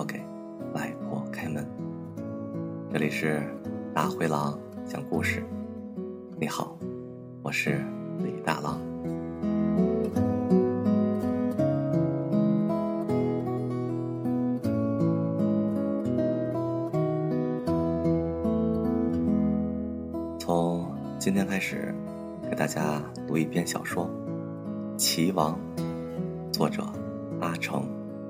交给外婆开门。这里是大灰狼讲故事。你好，我是李大狼。从今天开始给大家读一篇小说《棋王》，作者阿成。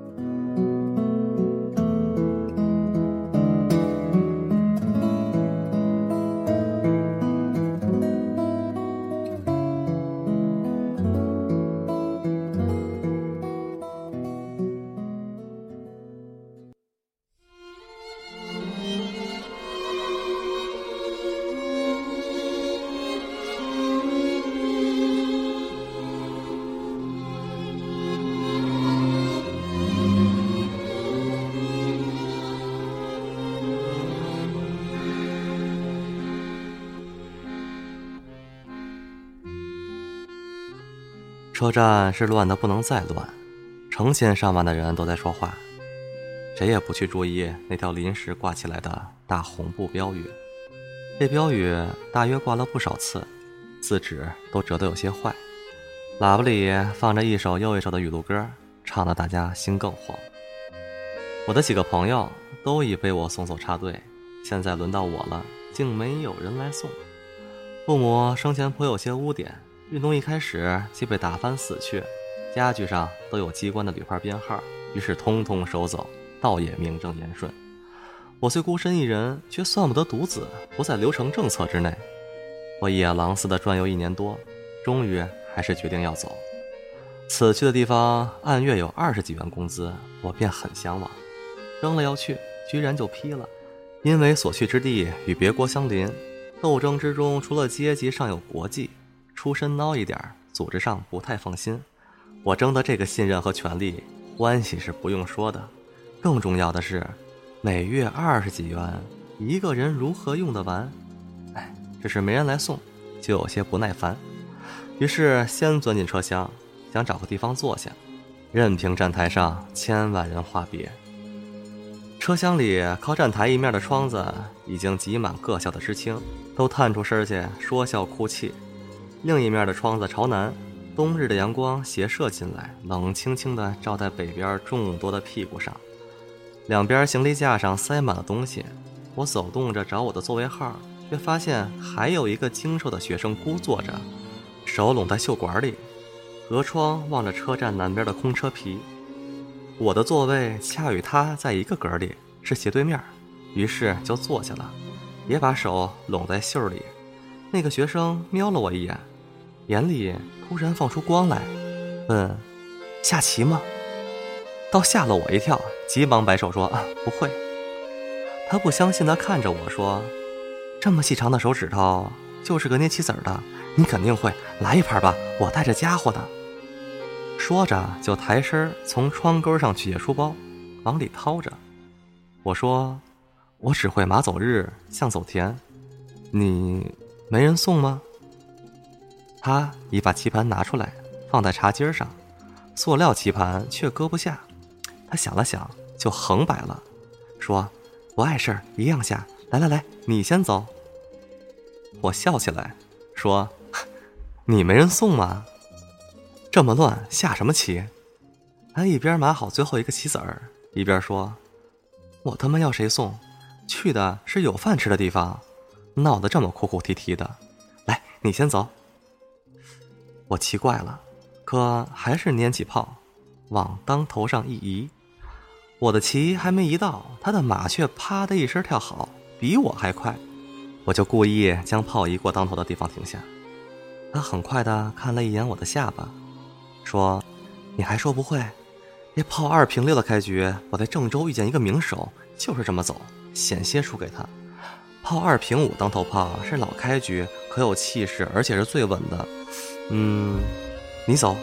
车站是乱得不能再乱，成千上万的人都在说话，谁也不去注意那条临时挂起来的大红布标语。这标语大约挂了不少次，字纸都折得有些坏，喇叭里放着一首又一首的语录歌，唱得大家心更慌。我的几个朋友都已被我送走插队，现在轮到我了，竟没有人来送。父母生前颇有些污点，运动一开始即被打翻死去，家具上都有机关的铝牌编号，于是通通收走，倒也名正言顺。我虽孤身一人，却算不得独子，不在流程政策之内。我野狼似的转悠1年多，终于还是决定要走。此去的地方按月有20几元工资，我便很向往，扔了要去，居然就批了。因为所去之地与别国相邻，斗争之中除了阶级尚有国际，出身孬一点，组织上不太放心。我争得这个信任和权利，关系是不用说的，更重要的是每月20几元，一个人如何用得完？只是没人来送，就有些不耐烦。于是先钻进车厢，想找个地方坐下，任凭站台上千万人话别。车厢里靠站台一面的窗子已经挤满各校的知青，都探出身去说笑哭泣。另一面的窗子朝南，冬日的阳光斜射进来，冷清清地照在北边众多的屁股上。两边行李架上塞满了东西，我走动着找我的座位号，却发现还有一个精瘦的学生孤坐着，手拢在袖管里，隔窗望着车站南边的空车皮。我的座位恰与他在一个格里，是斜对面，于是就坐下了，也把手拢在袖里。那个学生瞄了我一眼，眼里突然放出光来，问：下棋吗？倒吓了我一跳，急忙摆手说：不会。他不相信地看着我说：这么细长的手指头，就是个捏棋子的，你肯定会，来一盘吧，我带着家伙的。说着就抬身从窗钩上取下书包，往里掏着。我说：我只会马走日，象走田，你没人送吗？他已把棋盘拿出来放在茶几上，塑料棋盘却搁不下。他想了想就横摆了，说：不碍事，一样下，来，你先走。我笑起来说：你没人送吗？这么乱下什么棋？他一边码好最后一个棋子儿，一边说：我他妈要谁送？去的是有饭吃的地方，闹得这么哭哭啼啼的，来，你先走。我奇怪了，可还是拈起炮往当头上一移。我的棋还没移到，他的马却啪的一声跳好，比我还快。我就故意将炮移过当头的地方停下。他很快地看了一眼我的下巴，说：你还说不会？这炮2平6的开局，我在郑州遇见一个名手，就是这么走，险些输给他。炮2平5当头炮是老开局，可有气势，而且是最稳的。你走。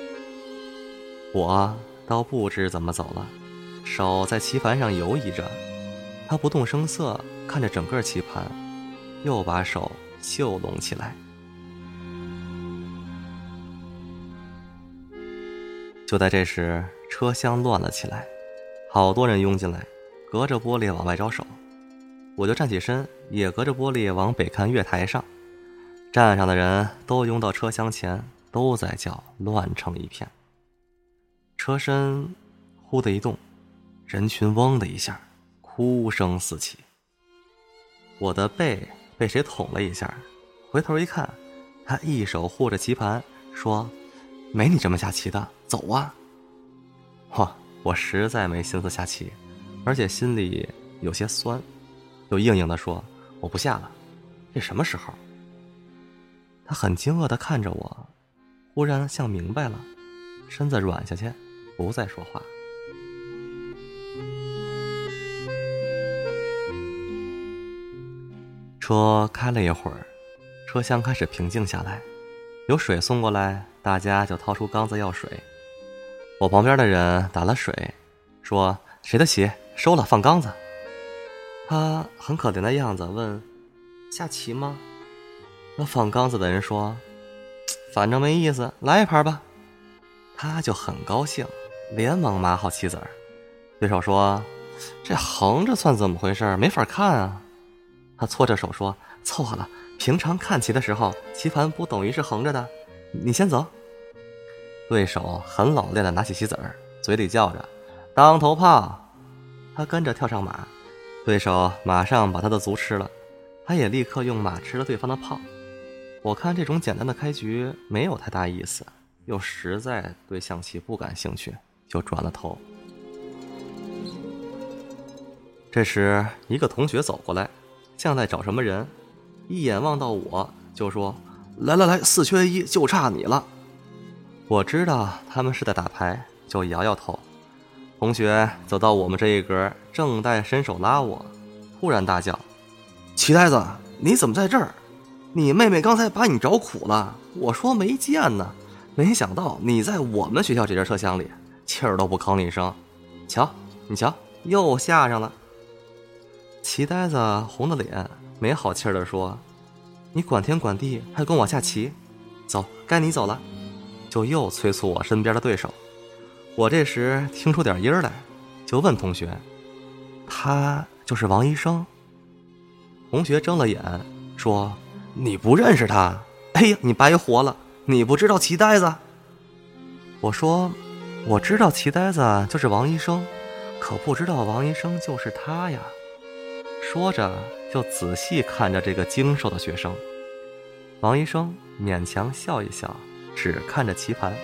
我倒不知怎么走了，手在棋盘上游移着，他不动声色看着整个棋盘，又把手袖拢起来。就在这时，车厢乱了起来， 好多人拥进来，隔着玻璃往外招手。我就站起身，也隔着玻璃往北看月台上。站上的人都拥到车厢前，都在叫，乱成一片。车身忽的一动，人群嗡的一下，哭声四起。我的背被谁捅了一下，回头一看，他一手护着棋盘，说：“没你这么下棋的，走啊！”我实在没心思下棋，而且心里有些酸，就硬硬地说：“我不下了，这什么时候？”他很惊愕地看着我，忽然像明白了，身子软下去，不再说话。车开了一会儿，车厢开始平静下来，有水送过来，大家就掏出缸子要水。我旁边的人打了水，说：“谁的棋收了，放缸子。”他很可怜的样子问：“下棋吗？”那放缸子的人说：“反正没意思，来一盘吧。”他就很高兴，连忙码好棋子儿。对手说：“这横着算怎么回事？没法看啊。”他搓着手说：“凑合了，平常看棋的时候，棋盘不等于是横着的。你先走。”对手很老练的拿起棋子儿，嘴里叫着：“当头炮！”他跟着跳上马，对手马上把他的卒吃了，他也立刻用马吃了对方的炮。我看这种简单的开局没有太大意思，又实在对象棋不感兴趣，就转了头。这时一个同学走过来，像在找什么人，一眼望到我就说：“来来来，4缺1，就差你了。”我知道他们是在打牌，就摇摇头。同学走到我们这一格，正待伸手拉我，突然大叫：“棋呆子，你怎么在这儿？你妹妹刚才把你找苦了，我说没见呢，没想到你在我们学校这节车厢里，气儿都不吭一声。瞧，你瞧，又下上了。”棋呆子红着脸，没好气儿地说：“你管天管地，还跟我下棋？走，该你走了。”就又催促我身边的对手。我这时听出点音儿来，就问同学：“他就是王医生？”同学睁了眼说：“你不认识他？哎呀，你白活了，你不知道棋呆子？”我说：“我知道棋呆子就是王医生，可不知道王医生就是他呀。”说着就仔细看着这个精瘦的学生。王医生勉强笑一笑，只看着棋盘。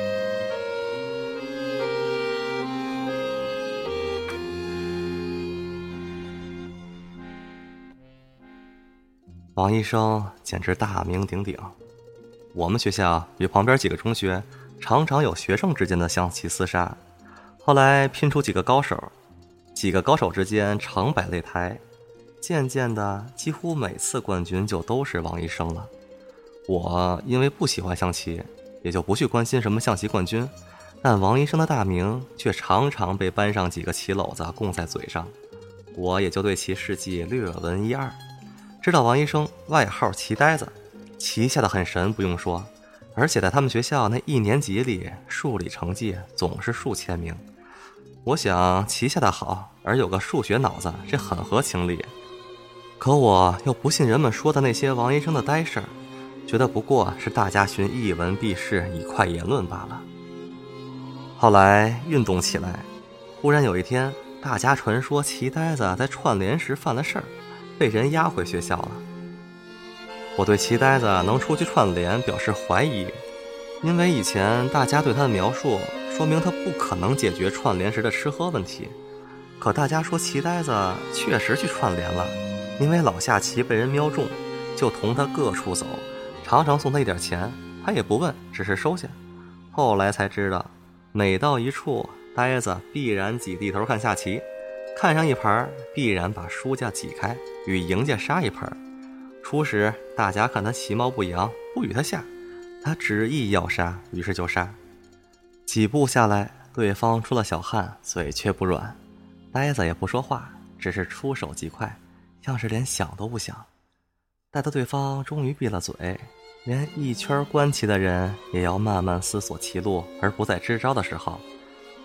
王医生简直大名鼎鼎，我们学校与旁边几个中学常常有学生之间的象棋厮杀，后来拼出几个高手，几个高手之间成百擂台，渐渐的几乎每次冠军就都是王医生了。我因为不喜欢象棋，也就不去关心什么象棋冠军，但王医生的大名却常常被班上几个棋篓子供在嘴上，我也就对其事迹略闻一二。知道王医生外号棋呆子，棋下的很神不用说，而且在他们学校那1年级里数理成绩总是数千名。我想棋下的好而有个数学脑子，这很合情理。可我又不信人们说的那些王医生的呆事儿，觉得不过是大家寻一闻必试，以快言论罢了。后来运动起来，忽然有一天大家传说棋呆子在串联时犯了事儿，被人押回学校了。我对棋呆子能出去串联表示怀疑，因为以前大家对他的描述说明他不可能解决串联时的吃喝问题。可大家说棋呆子确实去串联了，因为老下棋被人瞄中，就同他各处走，常常送他一点钱，他也不问，只是收下。后来才知道，每到一处，呆子必然挤地头看下棋，看上一盘必然把输家挤开，与赢家杀一盘。初时大家看他其貌不扬，不与他下，他执意要杀，于是就杀。几步下来，对方出了小汗，嘴却不软，呆子也不说话，只是出手极快，像是连想都不想。待到对方终于闭了嘴，连一圈观棋的人也要慢慢思索棋路而不再支招的时候，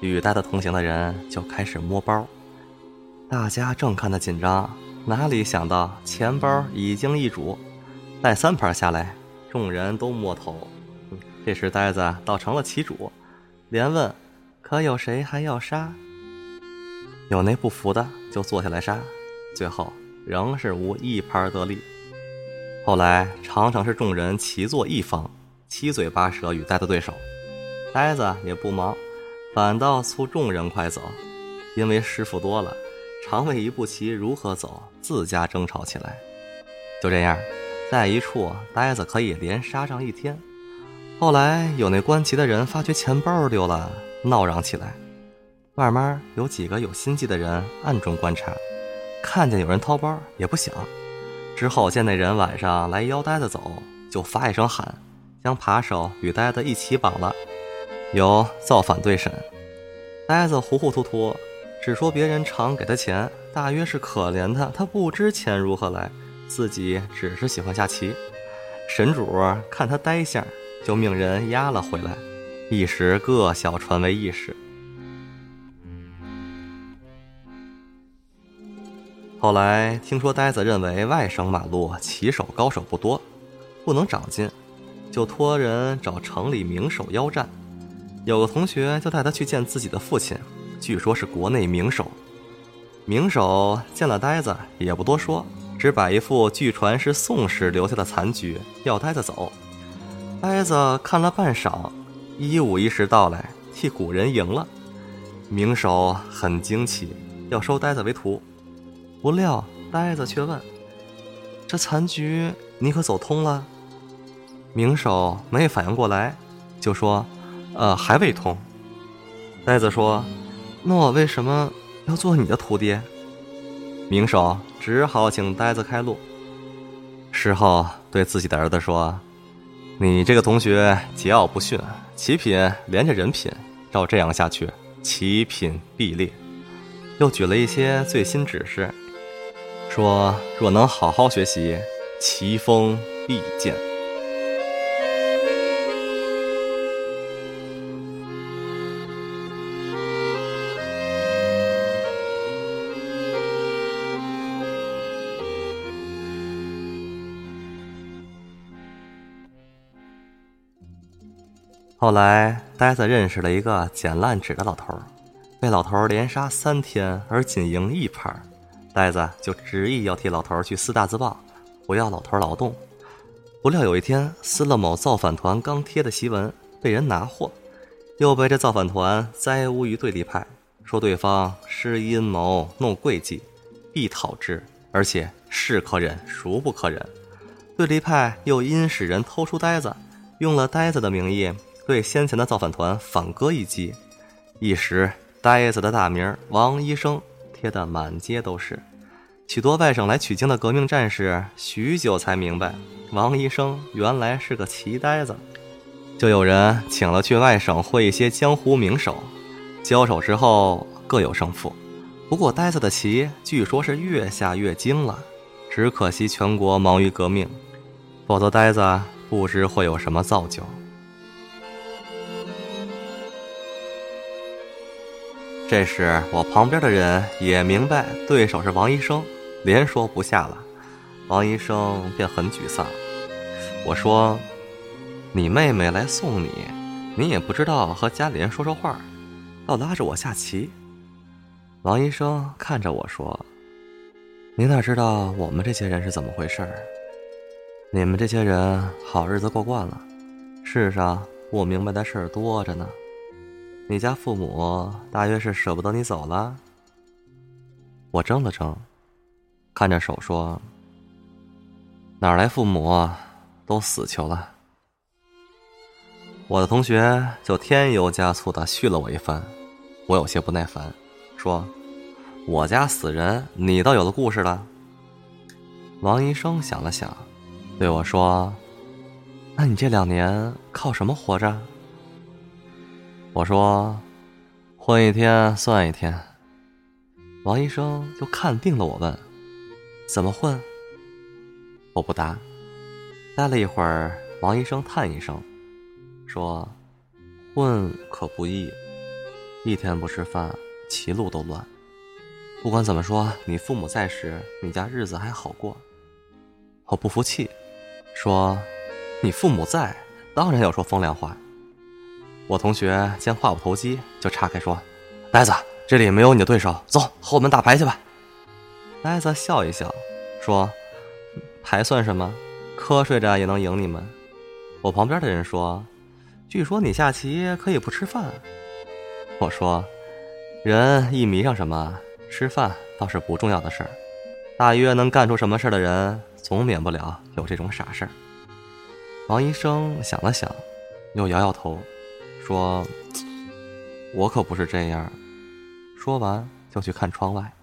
与呆子同行的人就开始摸包。大家正看得紧张，哪里想到钱包已经易主，带3盘下来，众人都摸头。这时呆子倒成了旗主，连问可有谁还要杀？有那不服的就坐下来杀，最后仍是无一盘得利。后来常常是众人齐坐一方，七嘴八舌与呆子对手，呆子也不忙，反倒促众人快走，因为师傅多了，常为一步棋如何走自家争吵起来。就这样，在一处呆子可以连杀上1天。后来有那观棋的人发觉钱包丢了，闹嚷起来。慢慢有几个有心计的人暗中观察，看见有人掏包也不想。之后见那人晚上来邀呆子走，就发一声喊，将扒手与呆子一起绑了，由造反对审。呆子糊糊涂涂，只说别人常给他钱，大约是可怜他不知钱如何来，自己只是喜欢下棋。神主看他呆相，就命人押了回来，一时各校传为轶事。后来听说呆子认为外省马路棋手高手不多，不能长进，就托人找城里名手邀战。有个同学就带他去见自己的父亲，据说是国内名手。名手见了呆子也不多说，只摆一副据传是宋时留下的残局，要呆子走。呆子看了半晌，151时到来，替古人赢了。名手很惊奇，要收呆子为徒。不料呆子却问，这残局你可走通了？名手没反应过来，就说还未通。呆子说，那我为什么要做你的徒弟？名手只好请呆子开路。事后对自己的儿子说，你这个同学桀骜不驯，棋品连着人品，照这样下去棋品必裂。又举了一些最新指示，说若能好好学习，棋风必见。后来呆子认识了一个捡烂纸的老头，被老头连杀3天而仅赢1盘，呆子就执意要替老头去撕大字报，不要老头劳动。不料有一天撕了某造反团刚贴的檄文，被人拿获，又被这造反团栽诬于对立派，说对方施阴谋弄诡计，必讨之，而且是可忍孰不可忍。对立派又因使人偷出呆子，用了呆子的名义对先前的造反团反戈一击，一时呆子的大名王医生贴得满街都是。许多外省来取经的革命战士许久才明白，王医生原来是个棋呆子。就有人请了去外省会一些江湖名手，交手之后各有胜负。不过呆子的棋据说是越下越精了，只可惜全国忙于革命，否则呆子不知会有什么造就。这时我旁边的人也明白对手是王医生，连说不下了。王医生便很沮丧。我说，你妹妹来送你，你也不知道和家里人说说话，倒拉着我下棋。王医生看着我说，你哪知道我们这些人是怎么回事？你们这些人好日子过惯了，世上不明白的事多着呢。你家父母大约是舍不得你走了？我怔了怔，看着手说，哪来父母，都死去了。我的同学就添油加醋地续了我一番，我有些不耐烦，说，我家死人你倒有了故事了。王医生想了想，对我说，那你这2年靠什么活着？我说，混一天算一天。王医生就看定了我问，怎么混？我不答。待了一会儿，王医生叹一声，说，混可不易。 一天不吃饭，齐路都乱。不管怎么说，你父母在时，你家日子还好过。我不服气，说你父母在，当然要说风凉话。我同学见话不投机，就岔开说，呆子，这里没有你的对手，走，后门打牌去吧。呆子笑一笑，说，牌算什么，瞌睡着也能赢你们。我旁边的人说，据说你下棋可以不吃饭。我说，人一迷上什么，吃饭倒是不重要的事儿，大约能干出什么事儿的人，总免不了有这种傻事儿。王医生想了想，又摇摇头，说，我可不是这样。说完就去看窗外。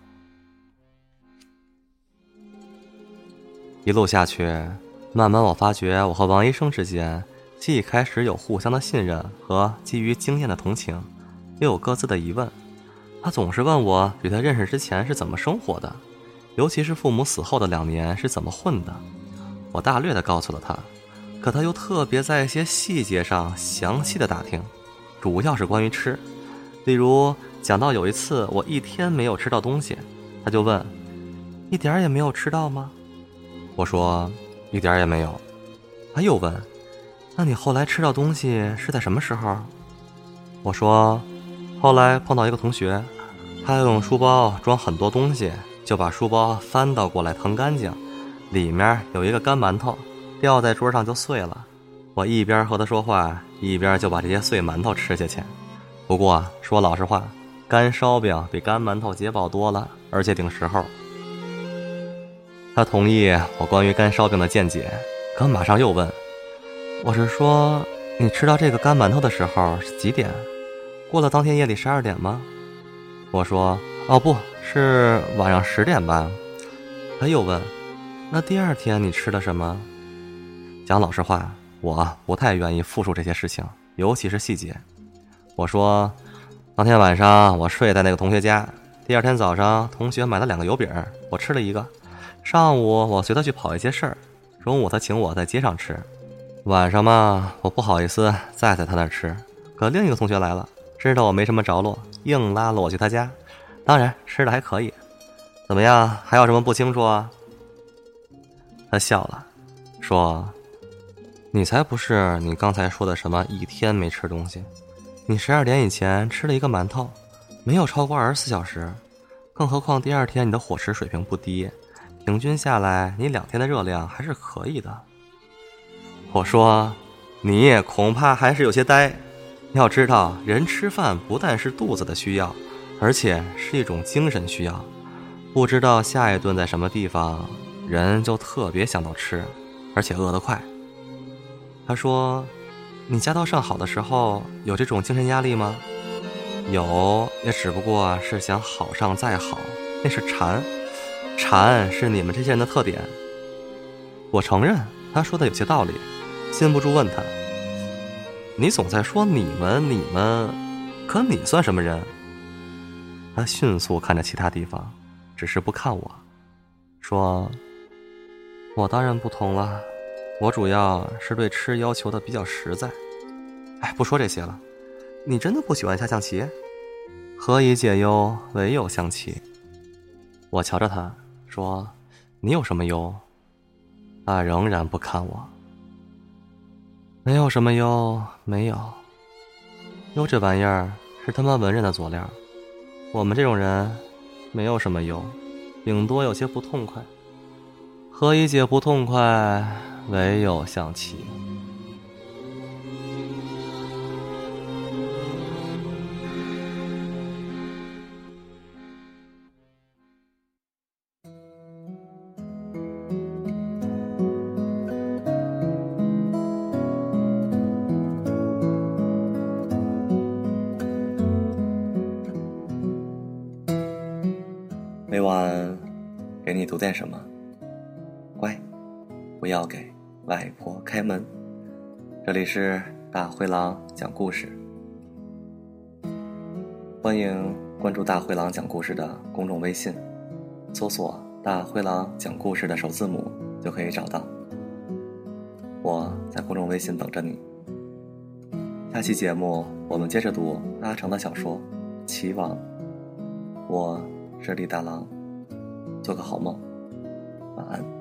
一路下去，慢慢我发觉我和王医生之间既开始有互相的信任和基于经验的同情，又有各自的疑问。他总是问我与他认识之前是怎么生活的，尤其是父母死后的2年是怎么混的。我大略地告诉了他，可他又特别在一些细节上详细的打听，主要是关于吃。例如讲到有一次我1天没有吃到东西，他就问，一点也没有吃到吗？我说，一点也没有。他又问，那你后来吃到东西是在什么时候？我说，后来碰到一个同学，他用书包装很多东西，就把书包翻倒过来腾干净，里面有一个干馒头，掉在桌上就碎了。我一边和他说话，一边就把这些碎馒头吃下去。不过说老实话，干烧饼比干馒头解饱多了，而且顶时候。他同意我关于干烧饼的见解，可马上又问，我是说你吃到这个干馒头的时候是几点？过了当天夜里12点吗？我说，哦不，是晚上10点吧。他又问，那第2天你吃了什么？讲老实话，我不太愿意复述这些事情，尤其是细节。我说，当天晚上我睡在那个同学家，第2天早上同学买了2个油饼，我吃了1个。上午我随他去跑一些事儿，中午他请我在街上吃，晚上嘛，我不好意思再在他那儿吃。可另一个同学来了，知道我没什么着落，硬拉了我去他家，当然吃的还可以。怎么样，还有什么不清楚啊？他笑了，说，你才不是你刚才说的什么1天没吃东西，你12点以前吃了1个馒头，没有超过24小时，更何况第2天你的伙食水平不低，平均下来你2天的热量还是可以的。我说，你也恐怕还是有些呆。要知道，人吃饭不但是肚子的需要，而且是一种精神需要。不知道下一顿在什么地方，人就特别想到吃，而且饿得快。他说，你家道上好的时候有这种精神压力吗？有，也只不过是想好上再好，那是馋。馋是你们这些人的特点。我承认他说的有些道理，禁不住问他，你总在说你们，可你算什么人？他迅速看着其他地方，只是不看我，说，我当然不同了，我主要是对吃要求的比较实在。哎，不说这些了，你真的不喜欢下象棋？何以解忧，唯有象棋。我瞧着他说，你有什么忧？他仍然不看我。没有什么忧，没有。忧这玩意儿是他妈文人的佐料，我们这种人没有什么忧，顶多有些不痛快。何以解不痛快，唯有象棋。每晚给你读点什么，乖，不要给外婆开门。这里是大灰狼讲故事，欢迎关注大灰狼讲故事的公众微信，搜索大灰狼讲故事的首字母就可以找到。我在公众微信等着你。下期节目我们接着读阿成的小说《 期望。我是李大郎，做个好梦，晚安。